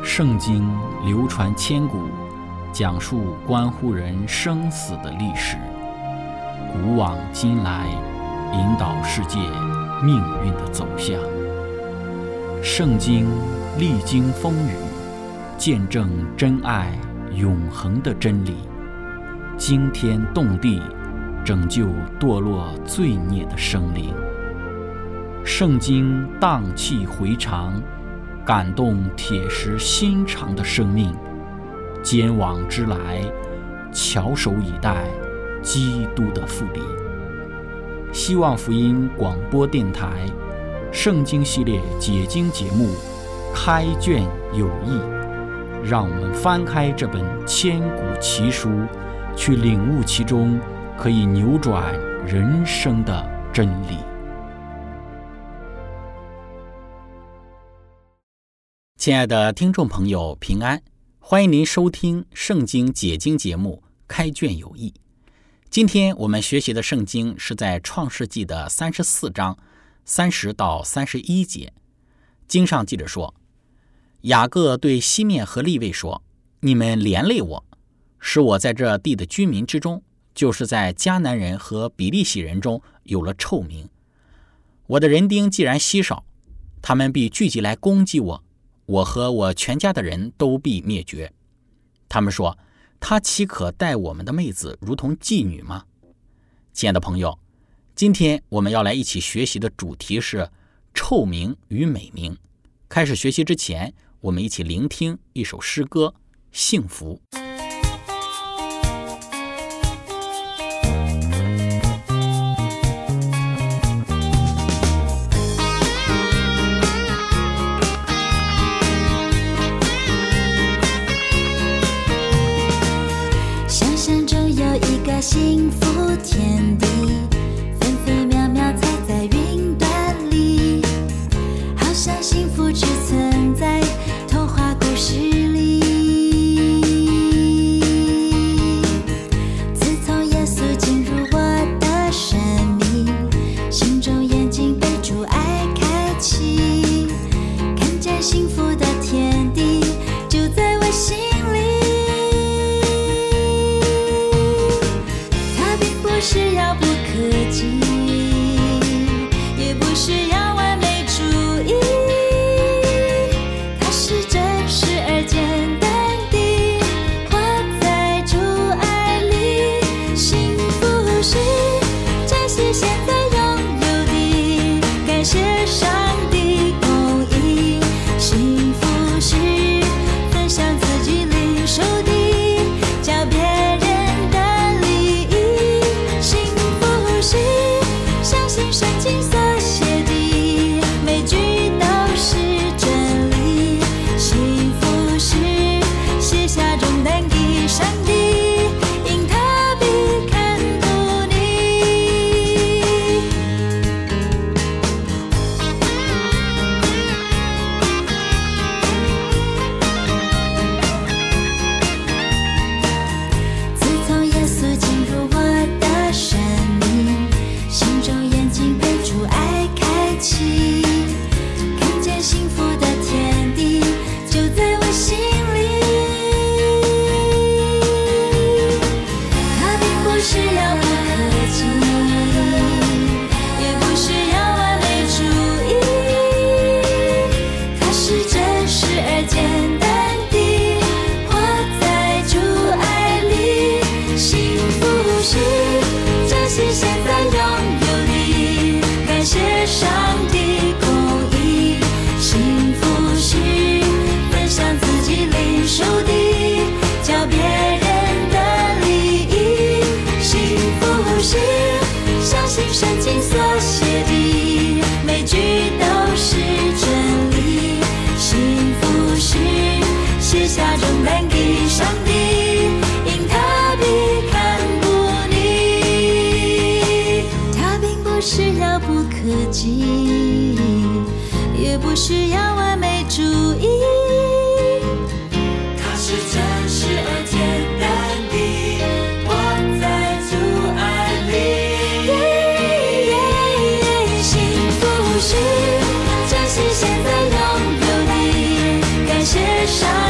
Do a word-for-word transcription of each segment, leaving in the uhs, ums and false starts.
圣经流传千古，讲述关乎人生死的历史，古往今来，引导世界命运的走向。圣经历经风雨，见证真爱永恒的真理，惊天动地，拯救堕落罪孽的生灵。圣经荡气回肠，感动铁石心肠的生命，坚往之来，翘首以待基督的复临。希望福音广播电台圣经系列解经节目开卷有益，让我们翻开这本千古奇书，去领悟其中可以扭转人生的真理。亲爱的听众朋友，平安，欢迎您收听圣经解经节目开卷有益。今天我们学习的圣经是在创世纪的三十四章三十到三十一节。经上记着说，雅各对西面和利未说，你们连累我，使我在这地的居民之中，就是在迦南人和比利洗人中有了臭名。我的人丁既然稀少，他们必聚集来攻击我，我和我全家的人都必灭绝。他们说，他岂可待我们的妹子如同妓女吗？亲爱的朋友，今天我们要来一起学习的主题是臭名与美名。开始学习之前，我们一起聆听一首诗歌《幸福》。 幸福天地，分分秒秒踩在云端里，好像幸福只存在童话故事里。自从耶稣进入我的生命，心中眼睛被主爱开启，看见幸福的天地就在我心里。不是遥不可及，也不是要完美主义，它是真实而简单地活在主爱里。幸福是珍惜现在拥有的，感谢上帝供应。幸福是分享自己领受的，叫别人相信圣经所写的每句都是真理。幸福是卸下重担给上帝，因他必看顾你。自从耶稣进入我的生命，心中眼睛被主爱开启，看见幸福的天地就在我心里。它并不是遥不可及，也不是要完美主义，它是真实而简单地活在主爱里。幸福是珍惜现在拥有，感谢上帝供应。幸福是分享自己领受的，叫别人的利益。幸福是相信圣经所写的每句都是真理。幸福是卸下重担给上帝，因他必看顾你。他并不是遥不可及，也不是要完美主义，它是真实而简单的活在主爱里。幸福是珍惜现在拥有的，感谢上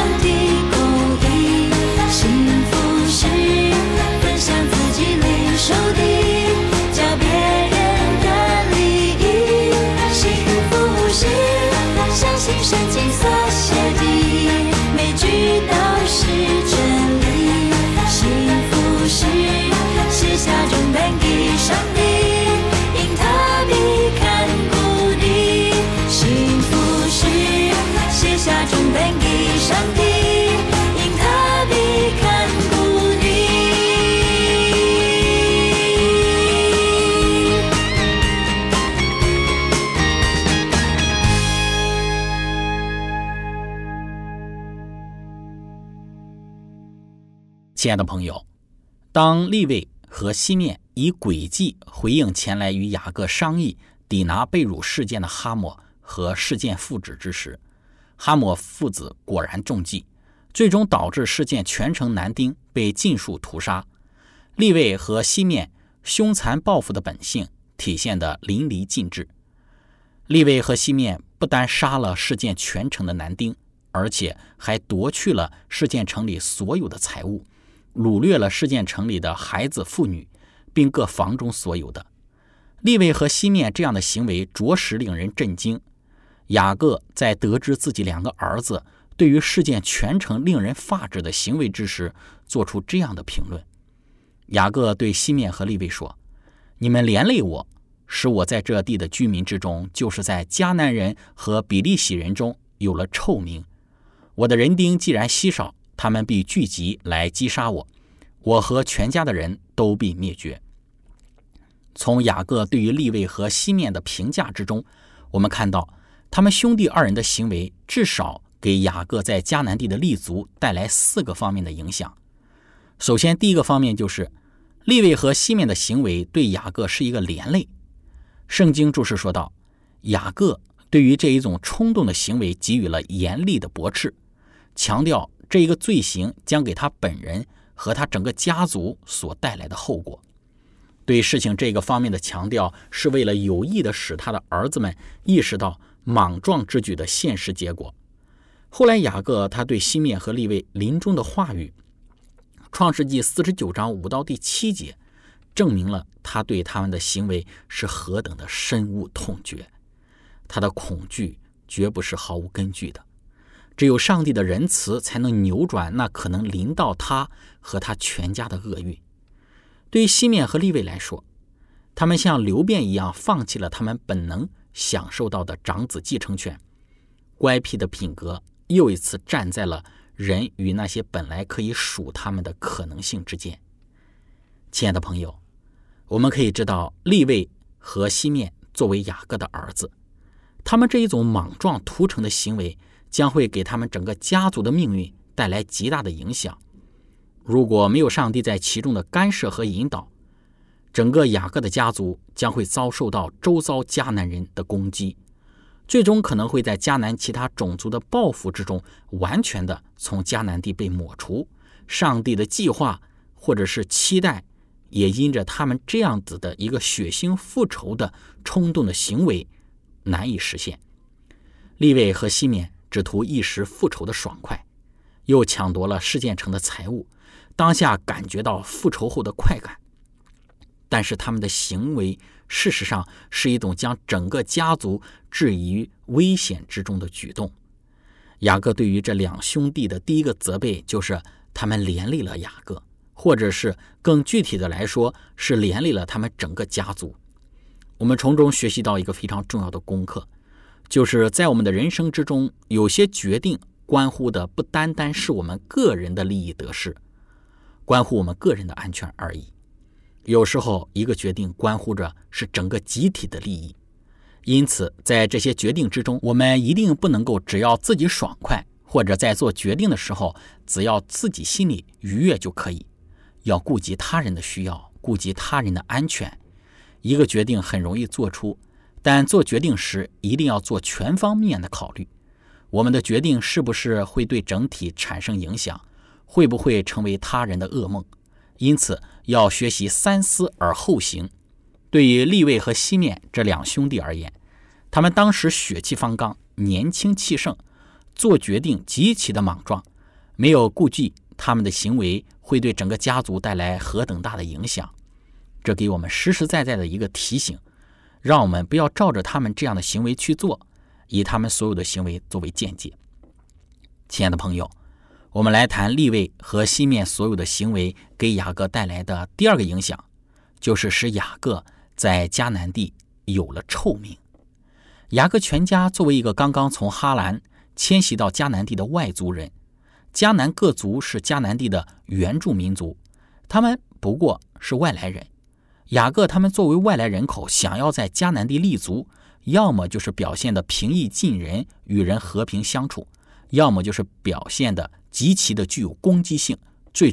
亲爱的朋友，当利未和西面以诡计回应前来与雅各商议抵拿被掳事件的哈抹和事件父子之时，哈抹父子果然中计，最终导致事件全城男丁被尽数屠杀。利未和西面凶残报复的本性体现得淋漓尽致。利未和西面不单杀了事件全城的男丁，而且还夺去了事件城里所有的财物，掳掠了事件城里的孩子妇女，并各房中所有的。利未和西面这样的行为着实令人震惊。雅各在得知自己两个儿子对于事件全城令人发指的行为之时，做出这样的评论。雅各对西面和利未说：你们连累我，使我在这地的居民之中，就是在迦南人和比利洗人中有了臭名。我的人丁既然稀少，他们必聚集来击杀我，我和全家的人都必灭绝。从雅各对于利未和西面的评价之中，我们看到他们兄弟二人的行为至少给雅各在迦南地的立足带来四个方面的影响。首先，第一个方面就是利未和西面的行为对雅各是一个连累。圣经注释说道，雅各对于这一种冲动的行为给予了严厉的驳斥，强调这一个罪行将给他本人和他整个家族所带来的后果。对事情这个方面的强调，是为了有意的使他的儿子们意识到莽撞之举的现实结果。后来雅各他对西面和利未临终的话语，创世纪四十九章五到第七节，证明了他对他们的行为是何等的深恶痛绝。他的恐惧绝不是毫无根据的，只有上帝的仁慈才能扭转那可能临到他和他全家的厄运。对于西面和利未来说，他们像流便一样放弃了他们本能享受到的长子继承权，乖僻的品格又一次站在了人与那些本来可以属他们的可能性之间。亲爱的朋友，我们可以知道利未和西面作为雅各的儿子，他们这一种莽撞屠城的行为将会给他们整个家族的命运带来极大的影响。如果没有上帝在其中的干涉和引导，整个雅各的家族将会遭受到周遭迦南人的攻击，最终可能会在迦南其他种族的报复之中完全的从迦南地被抹除。上帝的计划或者是期待也因着他们这样子的一个血腥复仇的冲动的行为难以实现。利未和西面只图一时复仇的爽快，又抢夺了事件城的财物，当下感觉到复仇后的快感，但是他们的行为事实上是一种将整个家族置于危险之中的举动。雅各对于这两兄弟的第一个责备就是他们连累了雅各，或者是更具体的来说，是连累了他们整个家族。我们从中学习到一个非常重要的功课，就是在我们的人生之中，有些决定关乎的不单单是我们个人的利益得失，关乎我们个人的安全而已。有时候一个决定关乎着是整个集体的利益，因此在这些决定之中，我们一定不能够只要自己爽快，或者在做决定的时候只要自己心里愉悦就可以，要顾及他人的需要，顾及他人的安全。一个决定很容易做出，但做决定时一定要做全方面的考虑。我们的决定是不是会对整体产生影响，会不会成为他人的噩梦？因此要学习三思而后行。对于利未和西面这两兄弟而言，他们当时血气方刚，年轻气盛，做决定极其的莽撞，没有顾忌他们的行为会对整个家族带来何等大的影响。这给我们实实在在的一个提醒，让我们不要照着他们这样的行为去做，以他们所有的行为作为鉴戒。亲爱的朋友，我们来谈利未和西面所有的行为给雅各带来的第二个影响，就是使雅各在迦南地有了臭名。雅各全家作为一个刚刚从哈兰迁徙到迦南地的外族人，迦南各族是迦南地的原住民族，他们不过是外来人。雅各他们作为外来人口，想要在迦南地立足，要么就是表现的平易近人，与人和平相处，要么就是表现的极其的具有攻击性，最终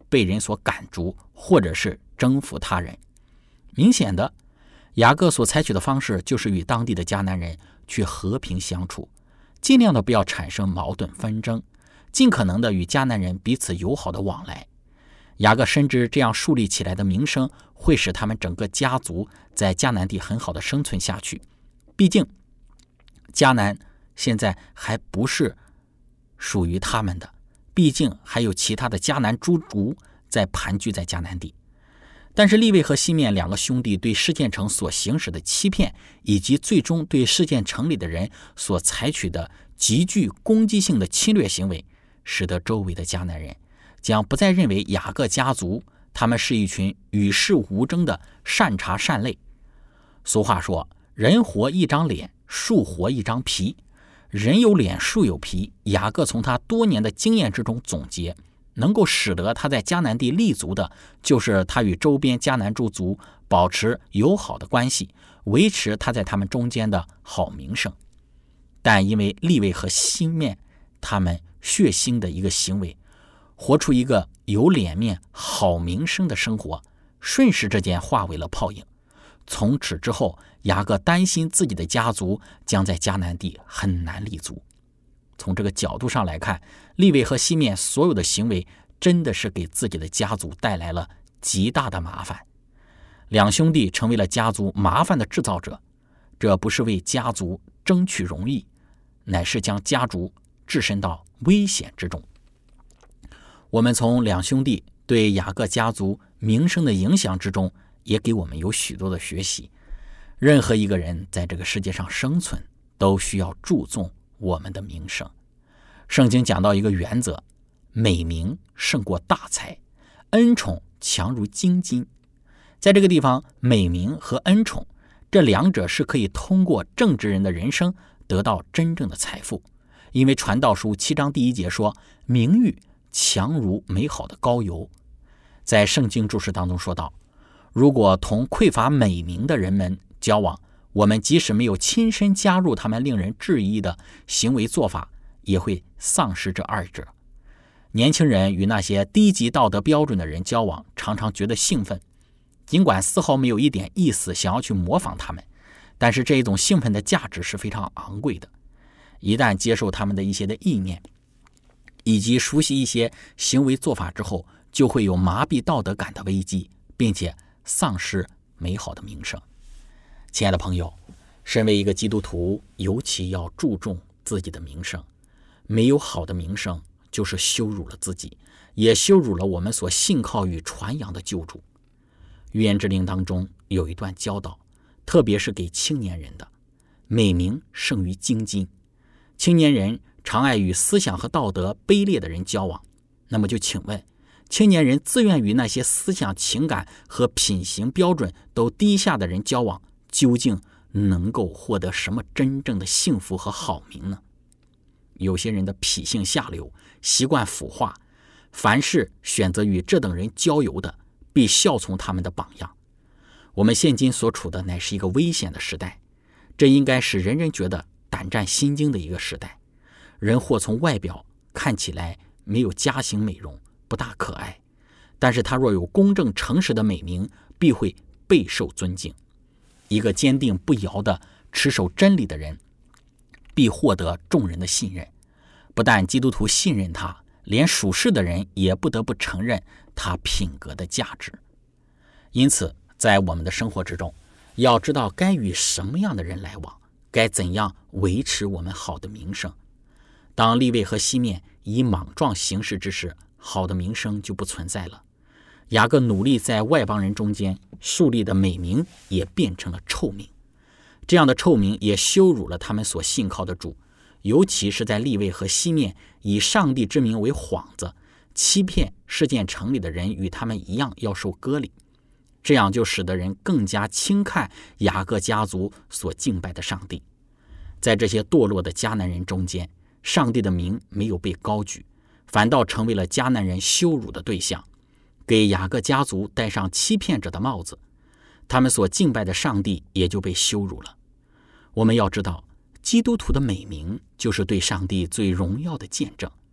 被人所赶逐，或者是征服他人。明显的，雅各所采取的方式就是与当地的迦南人去和平相处，尽量的不要产生矛盾纷争，尽可能的与迦南人彼此友好的往来。雅各深知这样树立起来的名声会使他们整个家族在迦南地很好的生存下去。毕竟迦南现在还不是属于他们的，毕竟还有其他的迦南诸族在盘踞在迦南地。但是利未和西面两个兄弟对示剑城所行使的欺骗，以及最终对示剑城里的人所采取的极具攻击性的侵略行为，使得周围的迦南人将不再认为雅各家族他们是一群与世无争的善茬善类。俗话说，人活一张脸，树活一张皮。人有脸，树有皮。雅各从他多年的经验之中总结，能够使得他在迦南地立足的，就是他与周边迦南诸族保持友好的关系，维持他在他们中间的好名声。但因为利未和西面他们血腥的一个行为，活出一个有脸面好名声的生活，瞬时之间化为了泡影。从此之后，雅各担心自己的家族将在迦南地很难立足。从这个角度上来看，利未和西面所有的行为真的是给自己的家族带来了极大的麻烦。两兄弟成为了家族麻烦的制造者，这不是为家族争取荣誉，乃是将家族置身到危险之中。我们从两兄弟对雅各家族名声的影响之中，也给我们有许多的学习。任何一个人在这个世界上生存，都需要注重我们的名声。圣经讲到一个原则，美名胜过大财，恩宠强如精金。在这个地方，美名和恩宠这两者是可以通过正直人的人生得到真正的财富。因为传道书七章第一节说，名誉强如美好的膏油。在圣经注释当中说到，如果同匮乏美名的人们交往，我们即使没有亲身加入他们令人质疑的行为做法，也会丧失这二者。年轻人与那些低级道德标准的人交往，常常觉得兴奋，尽管丝毫没有一点意思想要去模仿他们，但是这一种兴奋的价值是非常昂贵的。一旦接受他们的一些的意念，以及熟悉一些行为做法之后，就会有麻痹道德感的危机，并且丧失美好的名声。亲爱的朋友，身为一个基督徒，尤其要注重自己的名声。没有好的名声，就是羞辱了自己，也羞辱了我们所信靠与传扬的救主。预言之灵当中有一段教导，特别是给青年人的，美名胜于精金。青年人常爱与思想和道德卑劣的人交往，那么就请问，青年人自愿与那些思想情感和品行标准都低下的人交往，究竟能够获得什么真正的幸福和好名呢？有些人的脾性下流，习惯腐化，凡是选择与这等人交游的，必效从他们的榜样。我们现今所处的乃是一个危险的时代，这应该使人人觉得胆战心惊的一个时代。人或从外表看起来没有家型美容，不大可爱，但是他若有公正诚实的美名，必会备受尊敬。一个坚定不摇的持守真理的人，必获得众人的信任。不但基督徒信任他，连属世的人也不得不承认他品格的价值。因此在我们的生活之中，要知道该与什么样的人来往，该怎样维持我们好的名声。当利未和西面以莽撞行事之时，好的名声就不存在了。雅各努力在外邦人中间树立的美名也变成了臭名，这样的臭名也羞辱了他们所信靠的主，尤其是在利未和西面以上帝之名为幌子，欺骗示剑城里的人与他们一样要受割礼，这样就使得人更加轻看雅各家族所敬拜的上帝。在这些堕落的迦南人中间，上帝的名没有被高举，反倒成为了迦南人羞辱的对象，给雅各家族戴上欺骗者的帽子，他们所敬拜的上帝也就被羞辱了。我们要知道，基督徒的美名就是对上帝最荣耀的见证。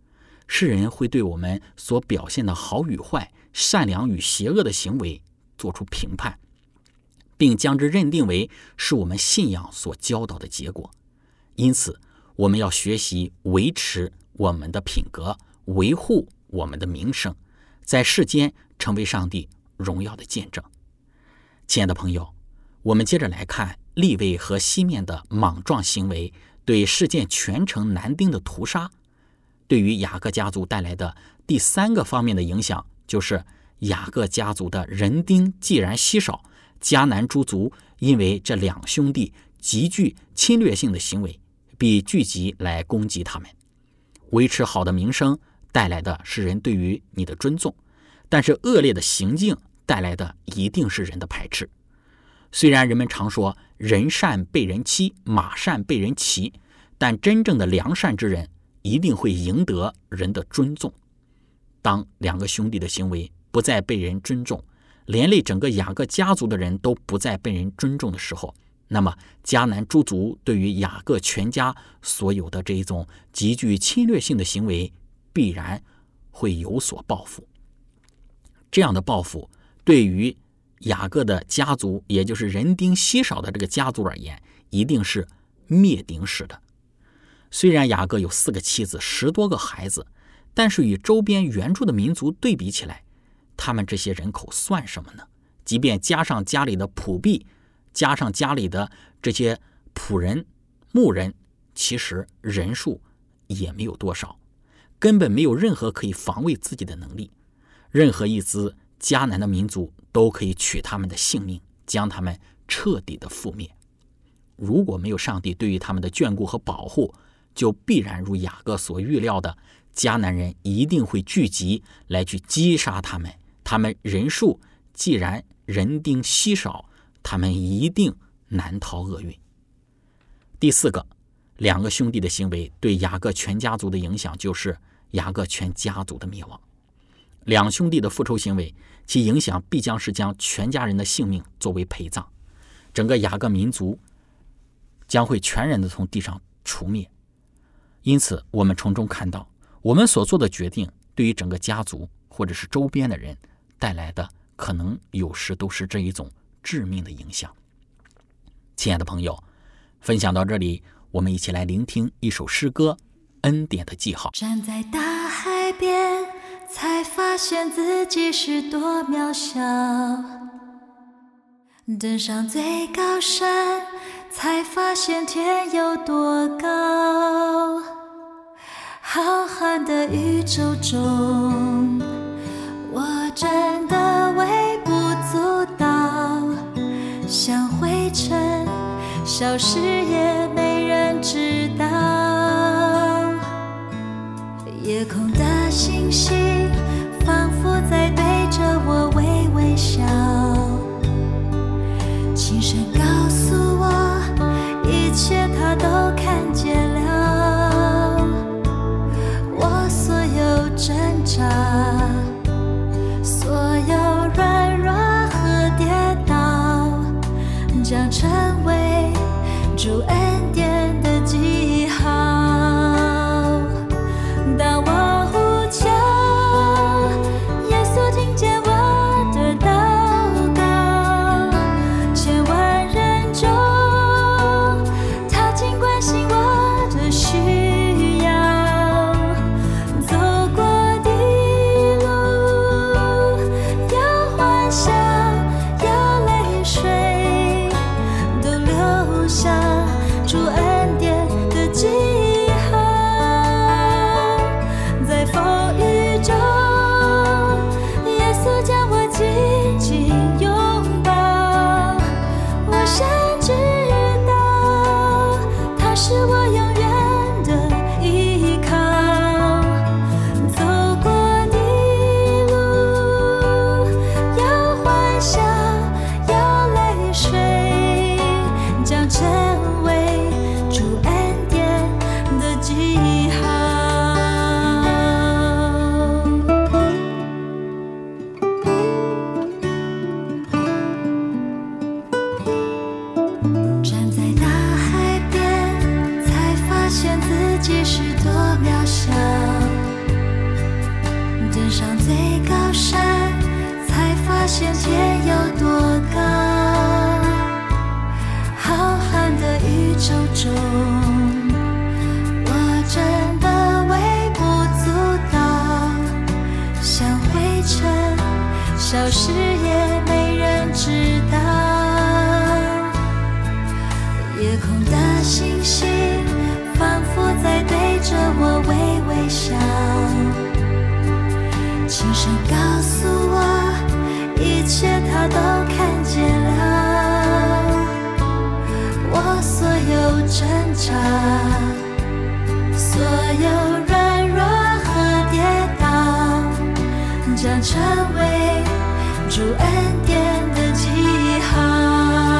世人会对我们所表现的好与坏、善良与邪恶的行为做出评判，并将之认定为是我们信仰所教导的结果。因此，我们要学习维持我们的品格，维护我们的名声，在世间成为上帝荣耀的见证。亲爱的朋友，我们接着来看利未和西面的莽撞行为对事件全城男丁的屠杀，对于雅各家族带来的第三个方面的影响，就是雅各家族的人丁既然稀少，迦南诸族因为这两兄弟极具侵略性的行为，必聚集来攻击他们。维持好的名声带来的是人对于你的尊重，但是恶劣的行径带来的一定是人的排斥。虽然人们常说人善被人欺，马善被人骑，但真正的良善之人一定会赢得人的尊重。当两个兄弟的行为不再被人尊重，连累整个雅各家族的人都不再被人尊重的时候，那么迦南诸族对于雅各全家所有的这一种极具侵略性的行为必然会有所报复。这样的报复对于雅各的家族，也就是人丁稀少的这个家族而言，一定是灭顶式的。虽然雅各有四个妻子，十多个孩子，但是与周边原住的民族对比起来，他们这些人口算什么呢？即便加上家里的仆婢，加上家里的这些仆人、牧人，其实人数也没有多少，根本没有任何可以防卫自己的能力。任何一支迦南的民族都可以取他们的性命，将他们彻底的覆灭。如果没有上帝对于他们的眷顾和保护，就必然如雅各所预料的，迦南人一定会聚集来去击杀他们。他们人数既然人丁稀少，他们一定难逃厄运。第四个，两个兄弟的行为对雅各全家族的影响，就是雅各全家族的灭亡。两兄弟的复仇行为，其影响必将是将全家人的性命作为陪葬，整个雅各民族将会全然的从地上除灭。因此我们从中看到，我们所做的决定对于整个家族或者是周边的人带来的，可能有时都是这一种致命的影响。亲爱的朋友，分享到这里，我们一起来聆听一首诗歌《恩典的记号》。 站在大海边，才发现自己是多渺小，登上最高山，才发现天有多高。浩瀚的宇宙中，我真的微不足道，像灰尘消失也没人知道。夜空的星星仿佛在对着我微微笑，轻声告诉我，一切他都看见了。我所有挣扎，所有软弱和跌倒，将成为主恩典的记号。当我呼求，耶稣听见我的祷告，千万人中，他尽关心我的需要。走过的路，有欢笑，有泪水，都留下主恩典的记号。在风雨中，耶稣将我紧紧拥抱，我深知道他是我永远的依靠。走过的路，有欢笑，有泪水，将成为主恩典的记号。站在大海边，才消失也没人知道。夜空的星星仿佛在对着我微微笑，轻声告诉我，一切他都看见了。我所有挣扎，所有软弱和跌倒，将成为主恩典的记号。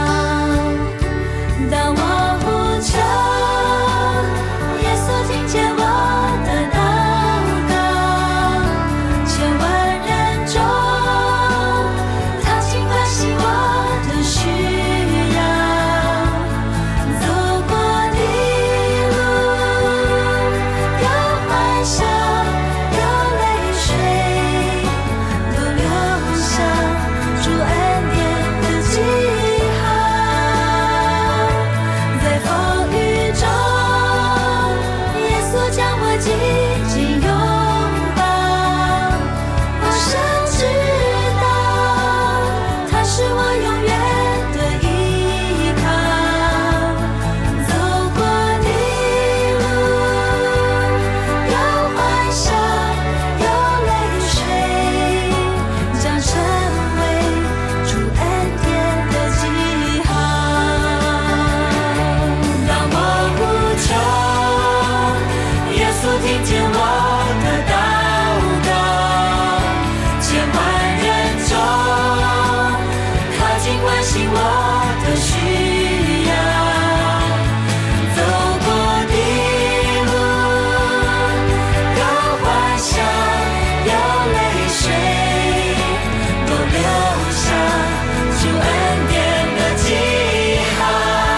当我呼求，耶稣听见我的祷告，千万人中，他尽关心我的需要。走过的路，有欢笑，有泪水，都留下主恩典的记号。在风雨中，耶稣将我紧紧拥抱，我深知道他是我永远的依靠。走过的路，有欢笑，有泪水，将成为主恩典的记号。当我呼求，耶稣听见我的祷告，千万人中，他尽关心我的需要。走过的路，有欢笑，有泪水，都留下主恩典的记号。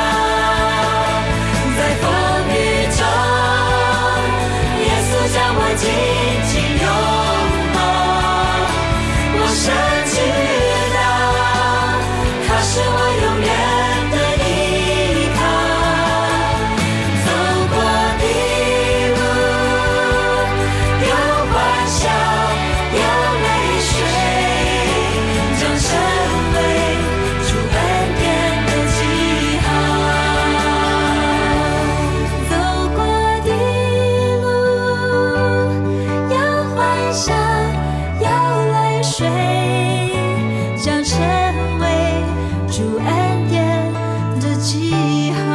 在风雨中，耶稣将我紧紧拥抱，我深知道他是我永远的依靠。走过的路，有欢笑，有泪水，将成为主恩典的记号。走过的路，有欢笑，有泪水，将成为主恩典的记号。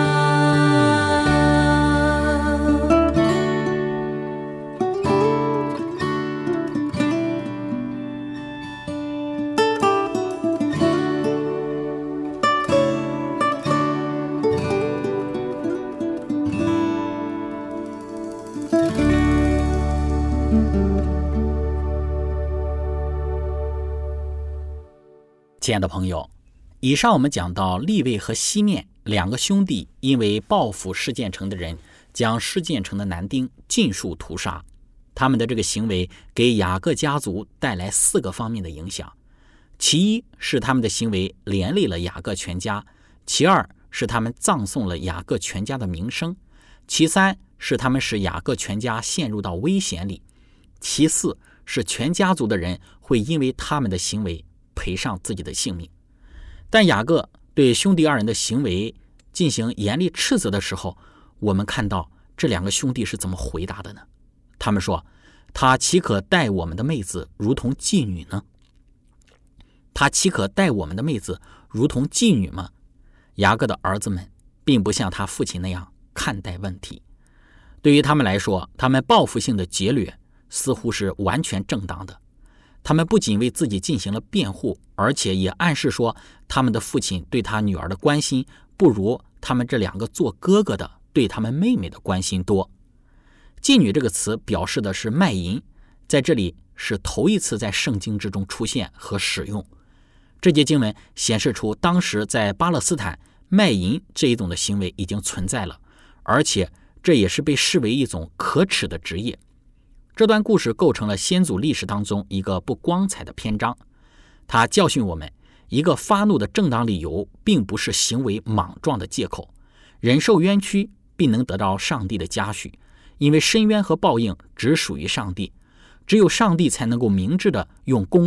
亲爱的朋友，以上我们讲到利未和西面两个兄弟因为报复示剑城的人，将示剑城的男丁尽数屠杀。他们的这个行为给雅各家族带来四个方面的影响。其一是他们的行为连累了雅各全家，其二是他们葬送了雅各全家的名声，其三是他们使雅各全家陷入到危险里，其四是全家族的人会因为他们的行为赔上自己的性命。但雅各对兄弟二人的行为进行严厉斥责的时候，我们看到这两个兄弟是怎么回答的呢？他们说，他岂可待我们的妹子如同妓女呢？他岂可待我们的妹子如同妓女吗？雅各的儿子们并不像他父亲那样看待问题。对于他们来说，他们报复性的劫掠似乎是完全正当的。他们不仅为自己进行了辩护，而且也暗示说他们的父亲对他女儿的关心不如他们这两个做哥哥的对他们妹妹的关心多。妓女这个词表示的是卖淫，在这里是头一次在圣经之中出现和使用。这节经文显示出当时在巴勒斯坦卖淫这一种的行为已经存在了，而且这也是被视为一种可耻的职业。这段故事构成了先祖历史当中一个不光彩的篇章，它教训我们，一个发怒的正当理由并不是行为莽撞的借口。人受冤屈必能得到上帝的嘉许，因为深渊和报应只属于上帝，只有上帝才能够明智地用公义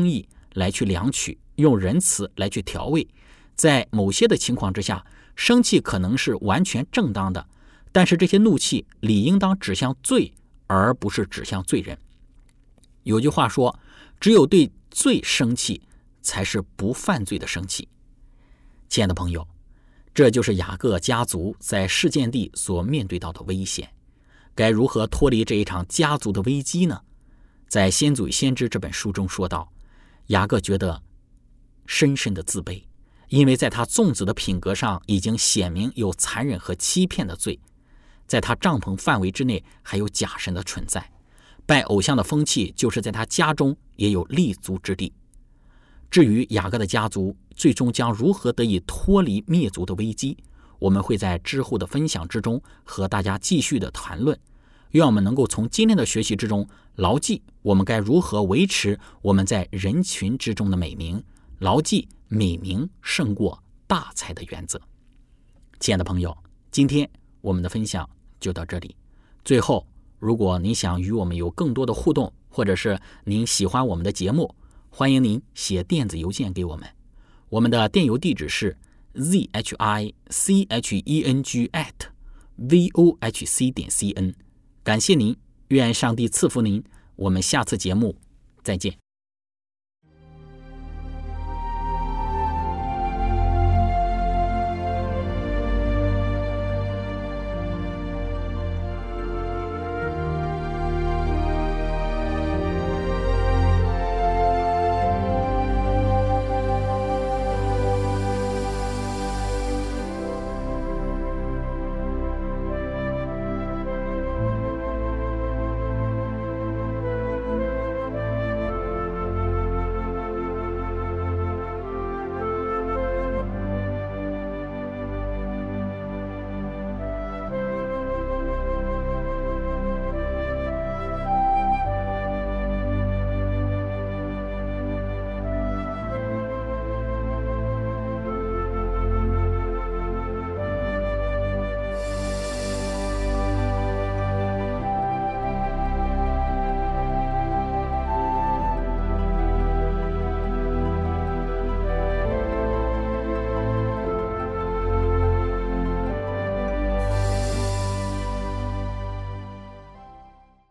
来去量取，用仁慈来去调味。在某些的情况之下，生气可能是完全正当的，但是这些怒气理应当指向罪，而不是指向罪人。有句话说，只有对罪生气，才是不犯罪的生气。亲爱的朋友，这就是雅各家族在事件地所面对到的危险。该如何脱离这一场家族的危机呢？在《先祖与先知》这本书中说道，雅各觉得深深的自卑，因为在他众子的品格上已经显明有残忍和欺骗的罪，在他帐篷范围之内还有假神的存在，拜偶像的风气就是在他家中也有立足之地。至于雅各的家族最终将如何得以脱离灭族的危机，我们会在之后的分享之中和大家继续的谈论。愿我们能够从今天的学习之中牢记我们该如何维持我们在人群之中的美名，牢记美名胜过大财的原则。亲爱的朋友，今天我们的分享就到这里。最后，如果您想与我们有更多的互动，或者是您喜欢我们的节目，欢迎您写电子邮件给我们。我们的电邮地址是 z h i c h e n g at v o h c 点 c n。感谢您，愿上帝赐福您。我们下次节目再见。